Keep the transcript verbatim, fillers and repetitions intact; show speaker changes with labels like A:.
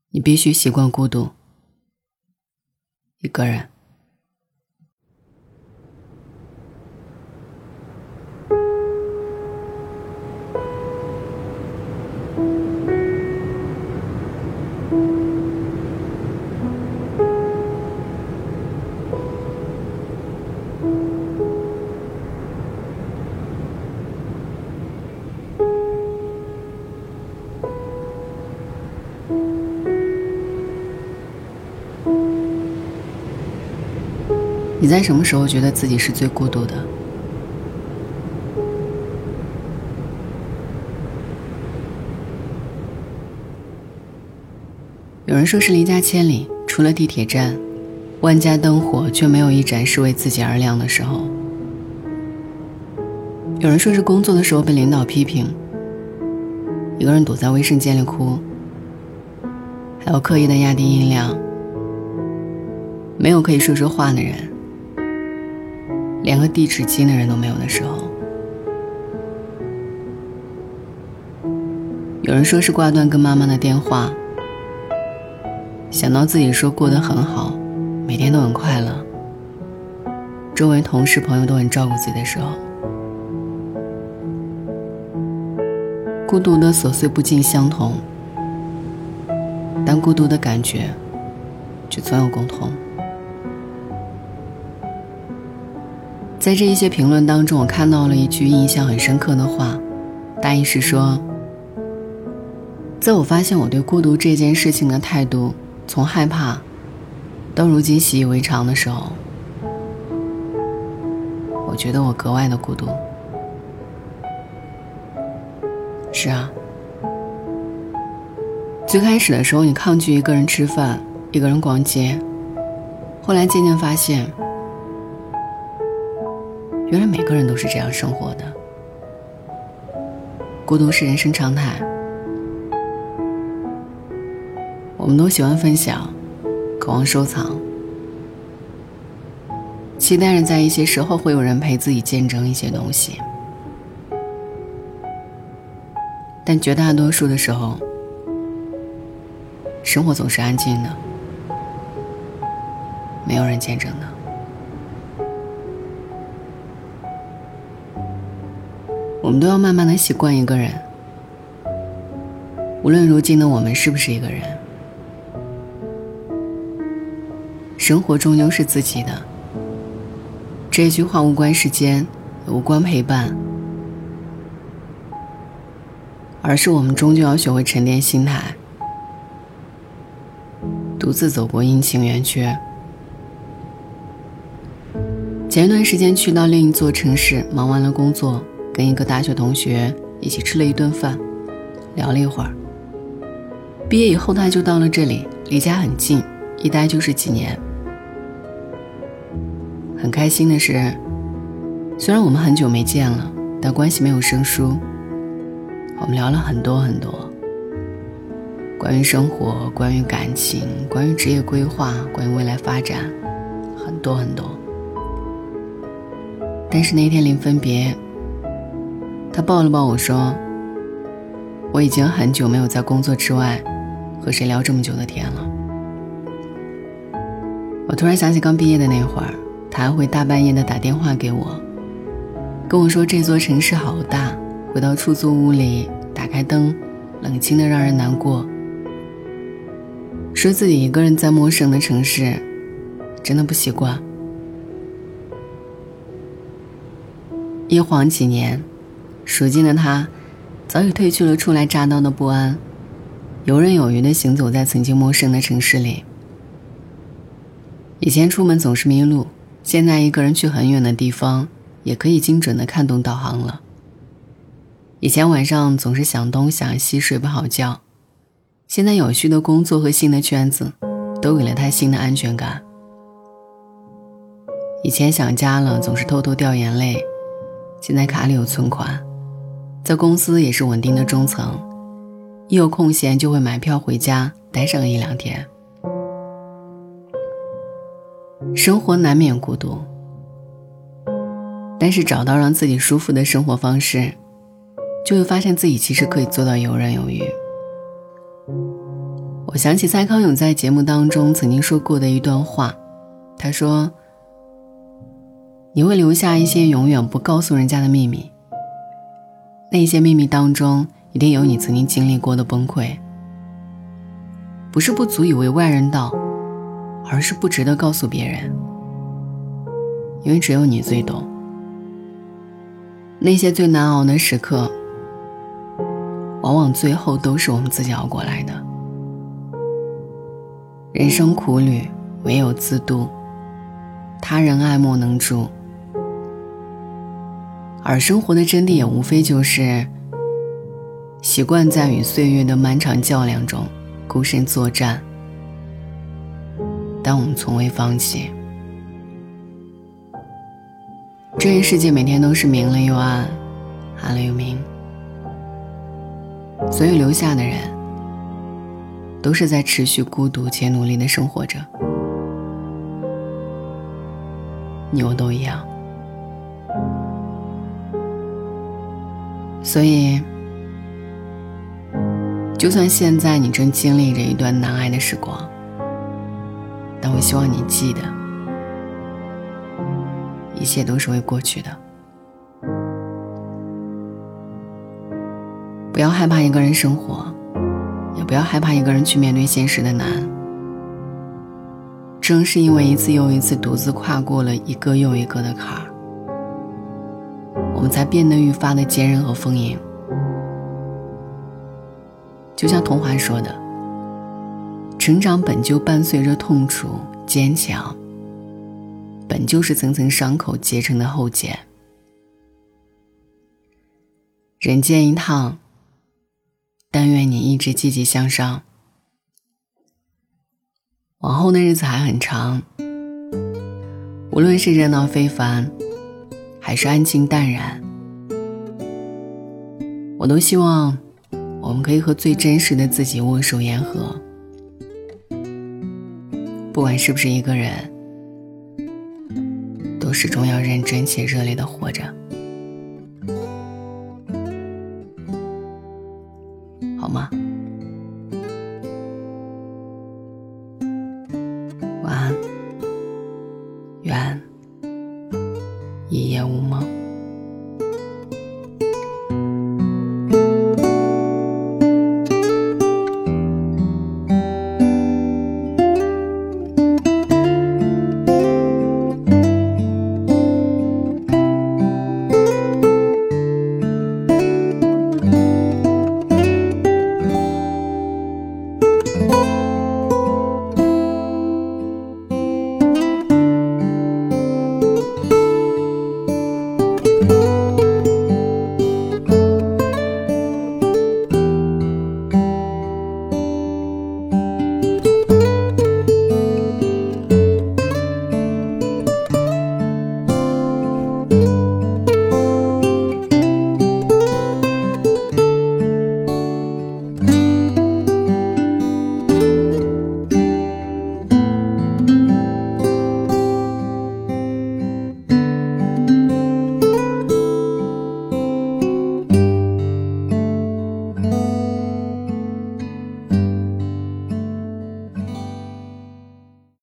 A: 你必须习惯孤独，一个人。你在什么时候觉得自己是最孤独的？有人说是离家千里，除了地铁站，万家灯火却没有一盏是为自己而亮的时候。有人说是工作的时候被领导批评，一个人躲在卫生间里哭，还有刻意的压低音量，没有可以说说话的人，连个递纸巾的人都没有的时候。有人说是挂断跟妈妈的电话，想到自己说过得很好，每天都很快乐，周围同事朋友都很照顾自己的时候。孤独的琐碎不尽相同，但孤独的感觉却总有共同。在这一些评论当中，我看到了一句印象很深刻的话，大意是说，在我发现我对孤独这件事情的态度从害怕到如今习以为常的时候，我觉得我格外的孤独。是啊，最开始的时候你抗拒一个人吃饭，一个人逛街，后来渐渐发现，原来每个人都是这样生活的。孤独是人生常态，我们都喜欢分享，渴望收藏，期待着在一些时候会有人陪自己见证一些东西，但绝大多数的时候，生活总是安静的，没有人见证的。我们都要慢慢的习惯一个人，无论如今的我们是不是一个人，生活终究是自己的。这句话无关时间，也无关陪伴，而是我们终究要学会沉淀心态，独自走过阴晴圆缺。前一段时间去到另一座城市，忙完了工作，跟一个大学同学一起吃了一顿饭，聊了一会儿。毕业以后他就到了这里，离家很近，一待就是几年。很开心的是，虽然我们很久没见了，但关系没有生疏。我们聊了很多很多，关于生活，关于感情，关于职业规划，关于未来发展，很多很多。但是那天临分别，他抱了抱我说，我已经很久没有在工作之外和谁聊这么久的天了。我突然想起刚毕业的那会儿，他还会大半夜的打电话给我，跟我说这座城市好大，回到出租屋里打开灯，冷清的让人难过，说自己一个人在陌生的城市真的不习惯。一晃几年，如今的他早已褪去了初来乍到的不安，游刃有余地行走在曾经陌生的城市里。以前出门总是迷路，现在一个人去很远的地方也可以精准地看懂导航了。以前晚上总是想东想西睡不好觉，现在有序的工作和新的圈子都给了他新的安全感。以前想家了总是偷偷掉眼泪，现在卡里有存款，在公司也是稳定的中层，一有空闲就会买票回家待上一两天。生活难免孤独，但是找到让自己舒服的生活方式，就会发现自己其实可以做到游刃有余。 我想起蔡康永在节目当中曾经说过的一段话，他说，你会留下一些永远不告诉人家的秘密，那些秘密当中一定有你曾经经历过的崩溃，不是不足以为外人道，而是不值得告诉别人，因为只有你最懂。那些最难熬的时刻，往往最后都是我们自己熬过来的。人生苦旅，唯有自渡，他人爱莫能助。而生活的真谛也无非就是习惯在与岁月的漫长较量中孤身作战，但我们从未放弃。这一世界每天都是明了又暗，暗了又明，所有留下的人都是在持续孤独且努力地生活着，你我都一样。所以就算现在你正经历着一段难挨的时光，但我希望你记得，一切都是会过去的。不要害怕一个人生活，也不要害怕一个人去面对现实的难。正是因为一次又一次独自跨过了一个又一个的坎儿，我们才变得愈发的坚韧和丰盈。就像童话说的，成长本就伴随着痛楚，坚强本就是层层伤口结成的厚茧。人间一趟，但愿你一直积极向上。往后的日子还很长，无论是热闹非凡，还是安静淡然，我都希望我们可以和最真实的自己握手言和。不管是不是一个人，都始终要认真且热烈地活着。